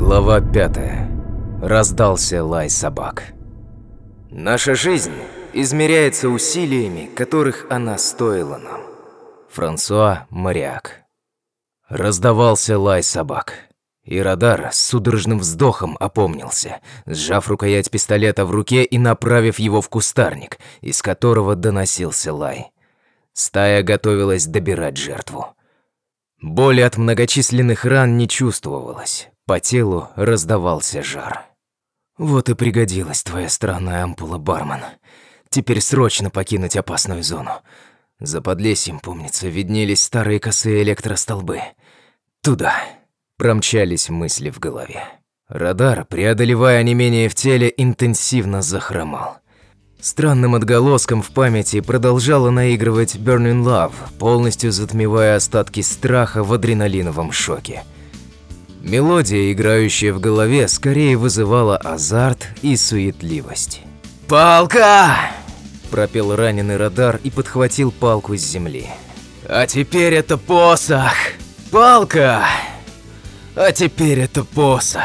Глава 5. Раздался лай собак. Наша жизнь измеряется усилиями, которых она стоила нам. Франсуа Мариак. Раздавался лай собак. И радар с судорожным вздохом опомнился, сжав рукоять пистолета в руке и направив его в кустарник, из которого доносился лай. Стая готовилась добирать жертву. Боли от многочисленных ран не чувствовалось, по телу раздавался жар. Вот и пригодилась твоя странная ампула, бармен. Теперь срочно покинуть опасную зону. За подлесьем, помнится, виднелись старые косые электростолбы. Туда. Промчались мысли в голове. Радар, преодолевая онемение в теле, интенсивно захромал. Странным отголоском в памяти продолжала наигрывать Burning Love, полностью затмевая остатки страха в адреналиновом шоке. Мелодия, играющая в голове, скорее вызывала азарт и суетливость. «Палка!» – пропел раненый радар и подхватил палку с земли. «А теперь это посох! Палка! А теперь это посох!»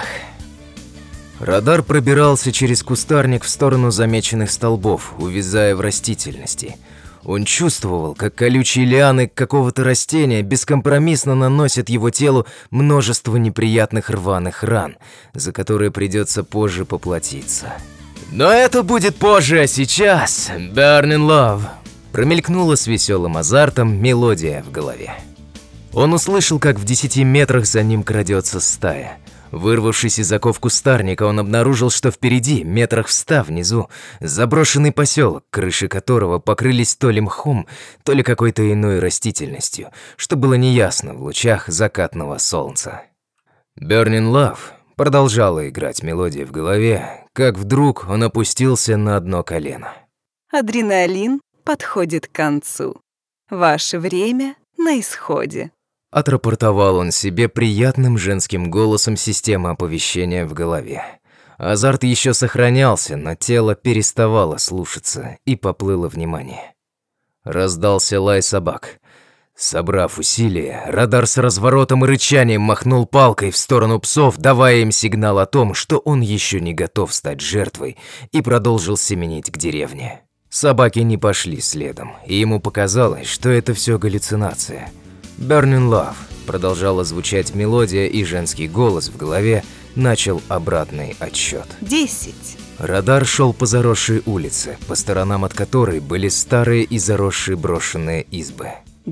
Радар пробирался через кустарник в сторону замеченных столбов, увязая в растительности. Он чувствовал, как колючие лианы какого-то растения бескомпромиссно наносят его телу множество неприятных рваных ран, за которые придется позже поплатиться. «Но это будет позже, а сейчас, Burning Love!» Промелькнула с веселым азартом мелодия в голове. Он услышал, как в 10 метрах за ним крадется стая. Вырвавшись из оков кустарника, он обнаружил, что впереди, метрах в 100 внизу, заброшенный поселок, крыши которого покрылись то ли мхом, то ли какой-то иной растительностью, что было неясно в лучах закатного солнца. Burning Love продолжала играть мелодия в голове, как вдруг он опустился на одно колено. Адреналин подходит к концу. Ваше время на исходе. Отрапортовал он себе приятным женским голосом системы оповещения в голове. Азарт еще сохранялся, но тело переставало слушаться и поплыло внимание. Раздался лай собак. Собрав усилия, радар с разворотом и рычанием махнул палкой в сторону псов, давая им сигнал о том, что он еще не готов стать жертвой, и продолжил семенить к деревне. Собаки не пошли следом, и ему показалось, что это все галлюцинация. Burning Love продолжала звучать мелодия, и женский голос в голове начал обратный отсчет. 10. Радар шел по заросшей улице, по сторонам от которой были старые и заросшие брошенные избы.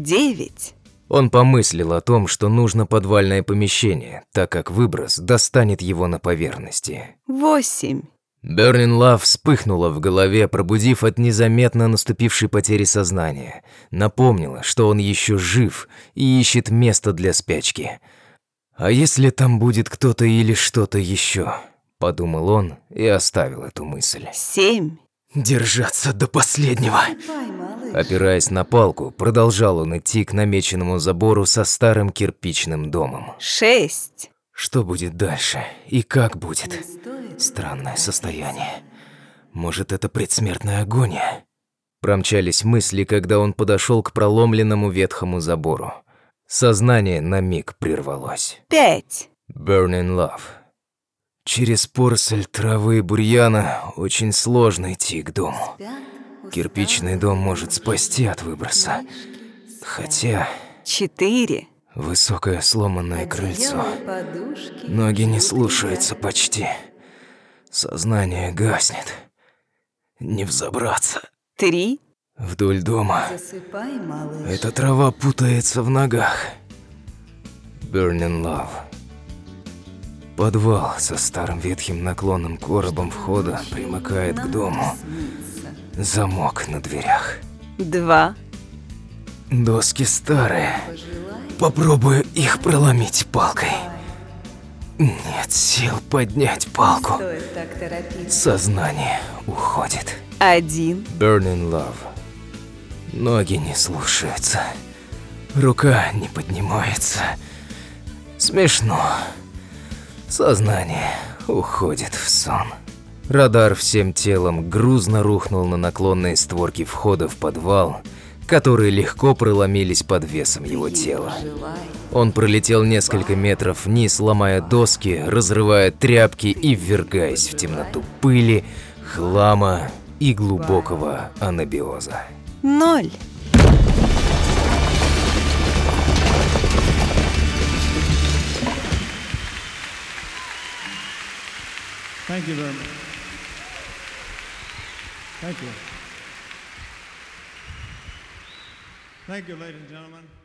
9. Он помыслил о том, что нужно подвальное помещение, так как выброс достанет его на поверхности. 8. Burning Love вспыхнула в голове, пробудив от незаметно наступившей потери сознания. Напомнила, что он еще жив и ищет место для спячки. «А если там будет кто-то или что-то еще?» – подумал он и оставил эту мысль. 7. «Держаться до последнего!» Опираясь на палку, продолжал он идти к намеченному забору со старым кирпичным домом. 6. Что будет дальше и как будет? Странное состояние. Может, это предсмертная агония? Промчались мысли, когда он подошел к проломленному ветхому забору. Сознание на миг прервалось. 5. Burning Love. Через поросль травы и бурьяна очень сложно идти к дому. Кирпичный дом может спасти от выброса. Хотя... 4. Высокое сломанное крыльцо. Ноги не слушаются почти. Сознание гаснет. Не взобраться. 3. Вдоль дома. Эта трава путается в ногах. Burning Love. Подвал со старым ветхим наклонным коробом входа примыкает к дому. Замок на дверях. 2. Доски старые. Попробую их проломить палкой. Нет сил поднять палку. Сознание уходит. 1. Burning Love. Ноги не слушаются. Рука не поднимается. Смешно. Сознание уходит в сон. Радар всем телом грузно рухнул на наклонные створки входа в подвал, которые легко проломились под весом его тела. Он пролетел несколько метров вниз, ломая доски, разрывая тряпки и ввергаясь в темноту пыли, хлама и глубокого анабиоза. 0. Thank you very much. Thank you. Thank you, ladies and gentlemen.